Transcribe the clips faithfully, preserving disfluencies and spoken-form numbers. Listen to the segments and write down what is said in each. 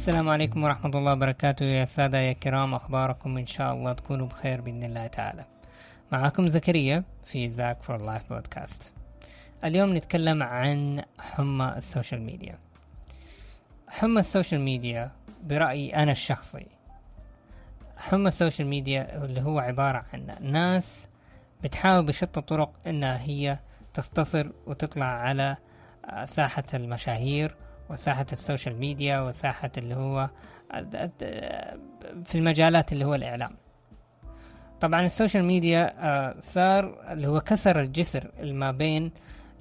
السلام عليكم ورحمة الله وبركاته يا سادة يا كرام، أخباركم؟ إن شاء الله تكونوا بخير بإذن الله تعالى. معكم زكريا في زاك فور لايف بودكاست. اليوم نتكلم عن حمى السوشيال ميديا. حمى السوشيال ميديا برأيي أنا الشخصي، حمى السوشيال ميديا اللي هو عبارة عن ناس بتحاول بشتى الطرق إنها هي تختصر وتطلع على ساحة المشاهير وساحة السوشيال ميديا وساحة اللي هو في المجالات اللي هو الإعلام. طبعا السوشيال ميديا صار اللي هو كسر الجسر ما بين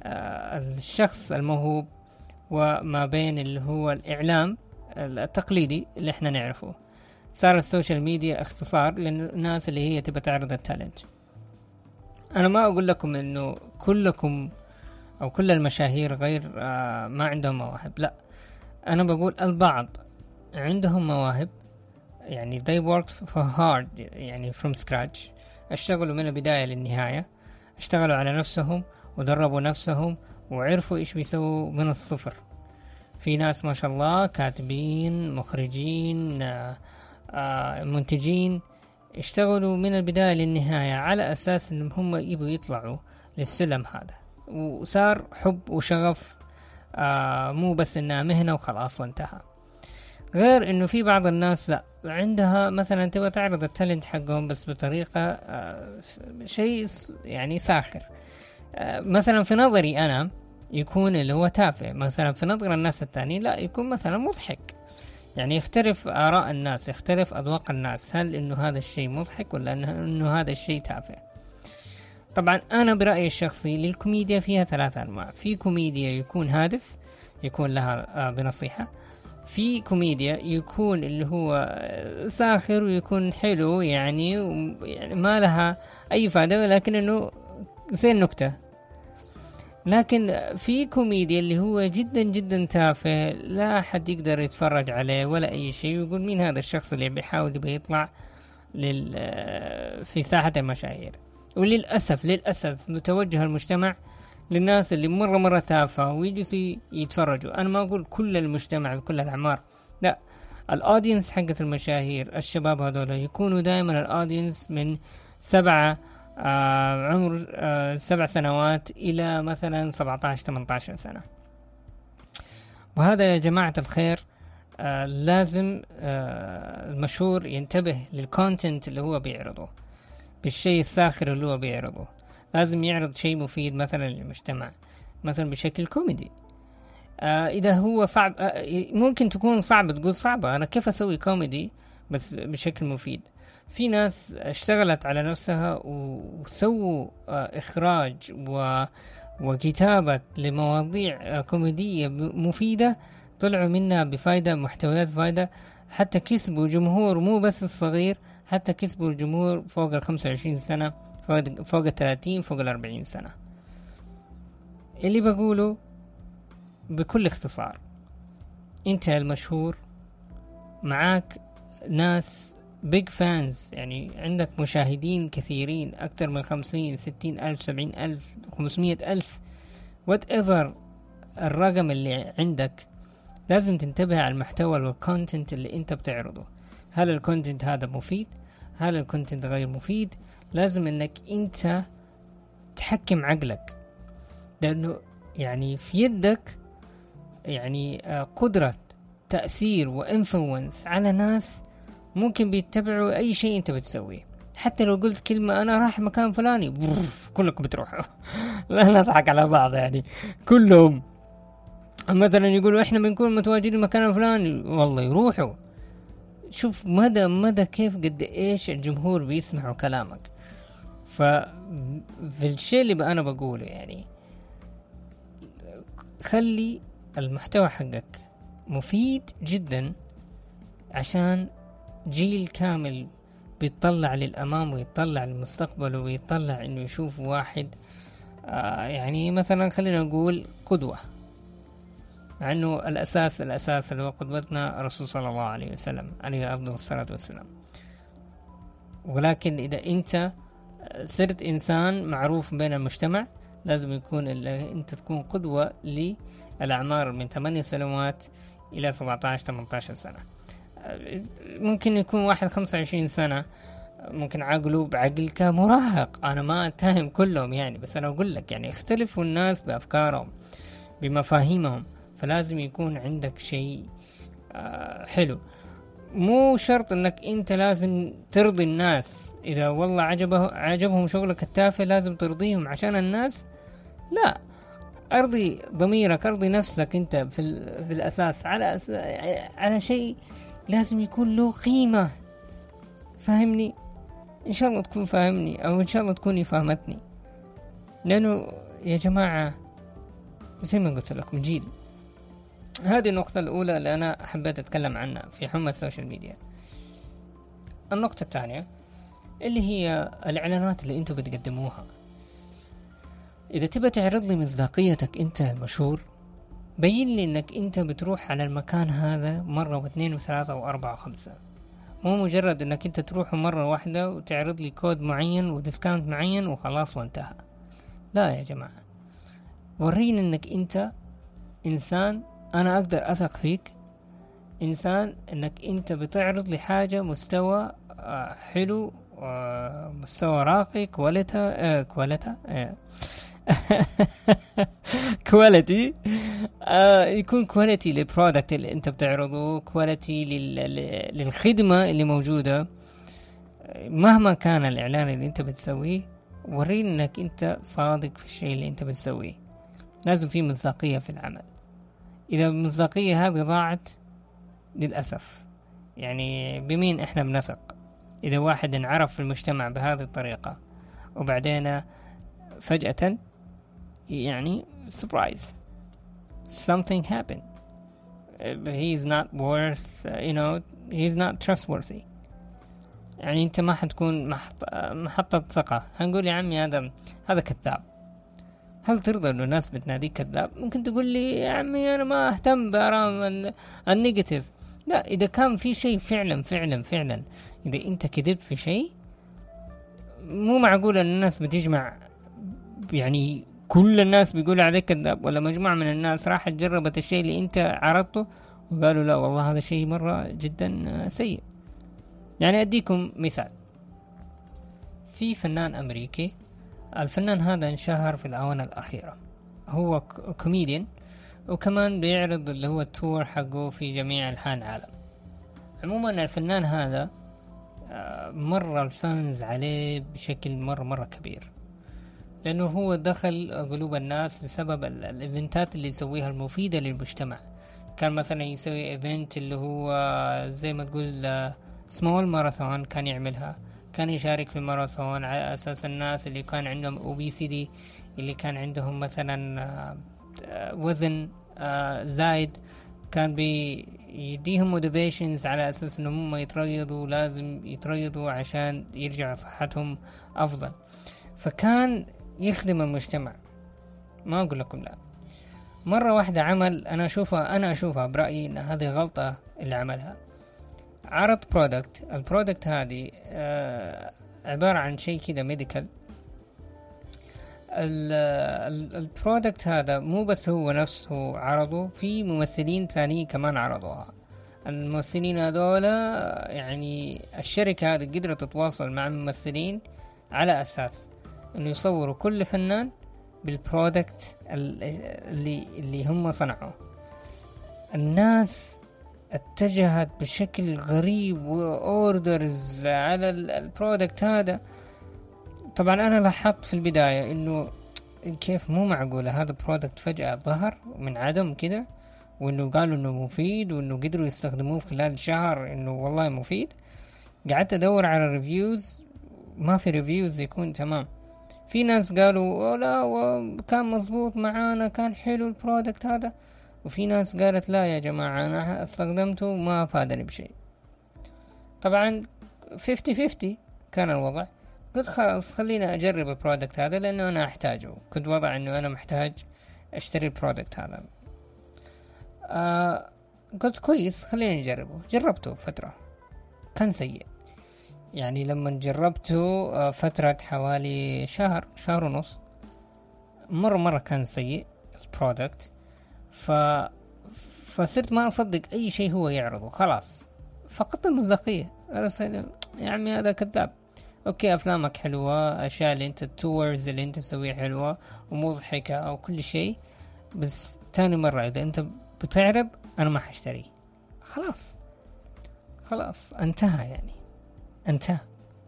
الشخص الموهوب وما بين اللي هو الإعلام التقليدي اللي احنا نعرفه. صار السوشيال ميديا اختصار للناس اللي هي تبى تعرض التالنت. أنا ما أقول لكم إنه كلكم أو كل المشاهير غير آه ما عندهم مواهب، لا، أنا بقول البعض عندهم مواهب، يعني they worked for hard، يعني from scratch، اشتغلوا من البداية للنهاية، اشتغلوا على نفسهم ودربوا نفسهم وعرفوا إيش بيسووا من الصفر. في ناس ما شاء الله كاتبين، مخرجين، آه آه منتجين، اشتغلوا من البداية للنهاية على أساس إنهم هم يبوا يطلعوا للسلم هذا، وصار حب وشغف، آه مو بس انها مهنة وخلاص وانتهى. غير انه في بعض الناس لا، عندها مثلا تبغى تعرض التالنت حقهم بس بطريقة آه شيء يعني ساخر. آه مثلا في نظري انا يكون اللي هو تافه، مثلا في نظر الناس التانيين لا، يكون مثلا مضحك. يعني يختلف آراء الناس، يختلف أذواق الناس، هل انه هذا الشيء مضحك ولا انه هذا الشيء تافه. طبعا أنا برأيي الشخصي للكوميديا فيها ثلاثة أنواع. في كوميديا يكون هادف، يكون لها بنصيحة. في كوميديا يكون اللي هو ساخر ويكون حلو، يعني, يعني ما لها أي فائدة، لكن إنه زي النكتة. لكن في كوميديا اللي هو جدا جدا تافه، لا حد يقدر يتفرج عليه ولا أي شيء، ويقول مين هذا الشخص اللي بيحاول يبغى يطلع لل في ساحة المشاهير. وللأسف للأسف متوجه المجتمع للناس اللي مرة مرة تافهة ويجلسوا يتفرجوا. أنا ما أقول كل المجتمع بكل الأعمار، لا، الأودينس حقة المشاهير الشباب هذول يكونوا دائما الأودينس من سبعة آه عمر آه سبع سنوات إلى مثلا سبعة عشر ثمانية عشر سنة. وهذا يا جماعة الخير آه لازم آه المشهور ينتبه للكونتنت اللي هو بيعرضه، بالشيء الساخر اللي هو بيعرضه. لازم يعرض شيء مفيد مثلا للمجتمع، مثلا بشكل كوميدي. آه إذا هو صعب، آه ممكن تكون صعب، تقول صعبة أنا كيف أسوي كوميدي بس بشكل مفيد. في ناس اشتغلت على نفسها وسووا آه إخراج و وكتابة لمواضيع آه كوميدية مفيدة، طلعوا منها بفايدة، محتويات فايدة، حتى كسبوا جمهور مو بس الصغير، حتى كسبوا الجمهور فوق الخمسة وعشرين سنة، فوق الثلاثين، فوق الأربعين سنة. اللي بقوله بكل اختصار، انت المشهور معاك ناس بيج فانز، يعني عندك مشاهدين كثيرين، أكثر من خمسين ستين ألف سبعين ألف خمسمية ألف whatever الرقم اللي عندك. لازم تنتبه على المحتوى والكونتنت اللي انت بتعرضه. هل الكونتنت هذا مفيد؟ هل الكونتنت غير مفيد؟ لازم انك انت تحكم عقلك، لانه يعني في يدك يعني قدرة تأثير وانفلونس على ناس ممكن بيتبعوا اي شيء انت بتسويه. حتى لو قلت كلمة انا راح مكان فلاني كلكم بتروحوا لا نضحك على بعض، يعني كلهم مثلا يقولوا احنا بنكون متواجدين مكان الفلاني، والله يروحوا. شوف مدى مدى كيف قد ايش الجمهور بيسمعوا كلامك. ففي الشيء اللي انا بقوله، يعني خلي المحتوى حقك مفيد جدا، عشان جيل كامل بيطلع للأمام ويطلع للمستقبل ويطلع انه يشوف واحد آه يعني مثلا خلينا نقول قدوة، مع انه الاساس الاساس اللي هو قدوتنا الرسول صلى الله عليه وسلم عليه افضل الصلاة والسلام. ولكن اذا انت صرت انسان معروف بين المجتمع، لازم يكون انت تكون قدوة للأعمار من ثمانية سنوات إلى سبعة عشر ثمانية عشر سنة. ممكن يكون واحد خمسة وعشرين سنة ممكن عقله بعقل كمراهق، أنا ما أتهم كلهم يعني، بس أنا أقول لك يعني اختلفوا الناس بأفكارهم بمفاهيمهم، فلازم يكون عندك شيء حلو. مو شرط انك انت لازم ترضي الناس، اذا والله عجبه عجبهم شغلك التافه لازم ترضيهم عشان الناس، لا، ارضي ضميرك، ارضي نفسك انت في, في الاساس على أس... على شيء لازم يكون له قيمة. فهمني؟ ان شاء الله تكون فاهمني، او ان شاء الله تكوني فاهمتني، لانه يا جماعة زي ما قلت لكم جيل. هذه النقطة الأولى اللي أنا حبيت أتكلم عنها في حمى السوشيال ميديا. النقطة الثانية اللي هي الإعلانات اللي أنتوا بتقدموها. إذا تبى تعرض لي مصداقيتك أنت المشهور، بين لي أنك أنت بتروح على المكان هذا مرة واثنين وثلاثة وأربعة وخمسة، مو مجرد أنك أنت تروح مرة واحدة وتعرض لي كود معين وديسكاونت معين وخلاص وانتهى. لا يا جماعة، وريني أنك أنت إنسان أنا أقدر أثق فيك، إنسان أنك أنت بتعرض لي حاجة مستوى حلو، مستوى راقي، كواليتا كواليتا كواليتي يكون كواليتي للبرودكت اللي أنت بتعرضه، كواليتي للخدمة اللي موجودة. مهما كان الإعلان اللي أنت بتسويه، وريني أنك أنت صادق في الشيء اللي أنت بتسويه. لازم فيه مصداقية في العمل. إذا المصداقية هذه ضاعت للأسف يعني بمين إحنا بنثق؟ إذا واحد انعرف في المجتمع بهذه الطريقة وبعدين فجأة يعني surprise something happened, he is not worth, you know, he is not trustworthy. يعني أنت ما حتكون محطة ثقة. هنقول يا عمي هذا هذا كذاب. هل ترضى انه الناس بتناديك كذاب؟ ممكن تقول لي يا عمي انا ما اهتم بارام النيجاتيف. لا، اذا كان في شيء فعلا فعلا فعلا، اذا انت كذبت في شيء، مو معقول ان الناس بتجمع يعني كل الناس بيقولوا عليك كذاب، ولا مجموعة من الناس راحت جربت الشيء اللي انت عرضته وقالوا لا والله هذا شيء مرة جدا سيء. يعني اديكم مثال. في فنان امريكي، الفنان هذا انشهر في الآونة الأخيرة، هو كوميديان وكمان بيعرض اللي هو التور حقه في جميع أنحاء العالم. عموما الفنان هذا مرة الفانز عليه بشكل مرة مرة كبير، لأنه هو دخل قلوب الناس بسبب الإيفنتات اللي يسويها المفيدة للمجتمع. كان مثلا يسوي إيفنت اللي هو زي ما تقول سمول ماراثون، كان يعملها، كان يشارك في الماراثون على أساس الناس اللي كان عندهم أوبيسيتي، اللي كان عندهم مثلا وزن زايد، كان بيديهم موتيفيشنز على أساس أنهم يتريضوا، لازم يتريضوا عشان يرجع صحتهم أفضل. فكان يخدم المجتمع، ما أقول لكم لا. مرة واحدة عمل أنا أشوفها أنا أشوفها برأيي أن هذه غلطة اللي عملها. عرض برودكت، البرودكت هذه آه عبارة عن شيء كده ميديكال. البرودكت هذا مو بس هو نفسه عرضه، في ممثلين ثانيين كمان عرضوها. الممثلين هذول يعني الشركة هذه قدرت تتواصل مع ممثلين على أساس إنه يصوروا كل فنان بالبرودكت اللي اللي هم صنعوه. الناس اتجهت بشكل غريب واوردرز على البرودكت هذا. طبعا انا لاحظت في البداية انه كيف مو معقولة هذا برودكت فجأة ظهر من عدم كده، وانه قالوا انه مفيد وانه قدروا يستخدموه خلال شهر انه والله مفيد. قعدت ادور على ريفيوز، ما في ريفيوز يكون تمام. في ناس قالوا لا وكان مظبوط معانا، كان حلو البرودكت هذا، وفي ناس قالت لا يا جماعة أنا استخدمته ما فادني بشيء. طبعا خمسين خمسين كان الوضع. قلت خلاص خلينا أجرب البرودكت هذا لأنه أنا أحتاجه، كنت وضع أنه أنا محتاج أشتري البرودكت هذا. آه قلت كويس خلينا نجربه. جربته فترة كان سيء، يعني لما جربته آه فترة حوالي شهر شهر ونص، مرة مرة كان سيء البرودكت. ف فصرت ما أصدق أي شيء هو يعرضه، خلاص فقدت المصداقية. يا عمي هذا كذاب. أوكي أفلامك حلوة، أشياء اللي أنت التورز اللي أنت تسويها حلوة ومضحكة أو كل شيء، بس تاني مرة إذا أنت بتعرض أنا ما حشتري. خلاص خلاص انتهى، يعني انتهى.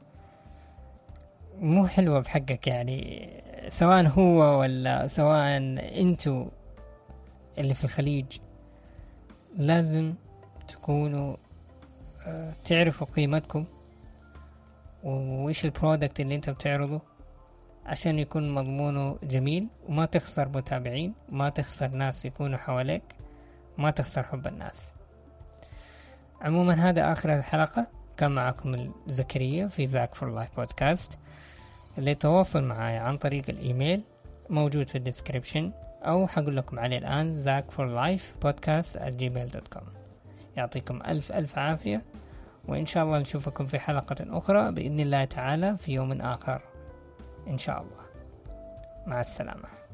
مو حلوة بحقك يعني، سواء هو ولا سواء انتو اللي في الخليج. لازم تكونوا تعرفوا قيمتكم وإيش البرودكت اللي انت بتعرضه، عشان يكون مضمونه جميل وما تخسر متابعين، ما تخسر ناس يكونوا حواليك، ما تخسر حب الناس. عموما هذا آخر الحلقة، كان معكم زكريا في زاك فور لايف بودكاست. اللي يتواصل معي عن طريق الإيميل موجود في الديسكريبشن، أو حقول لكم عليه الآن زاك فور لايف بودكاست آت جيميل دوت كوم. يعطيكم ألف ألف عافية، وإن شاء الله نشوفكم في حلقة أخرى بإذن الله تعالى في يوم آخر إن شاء الله. مع السلامة.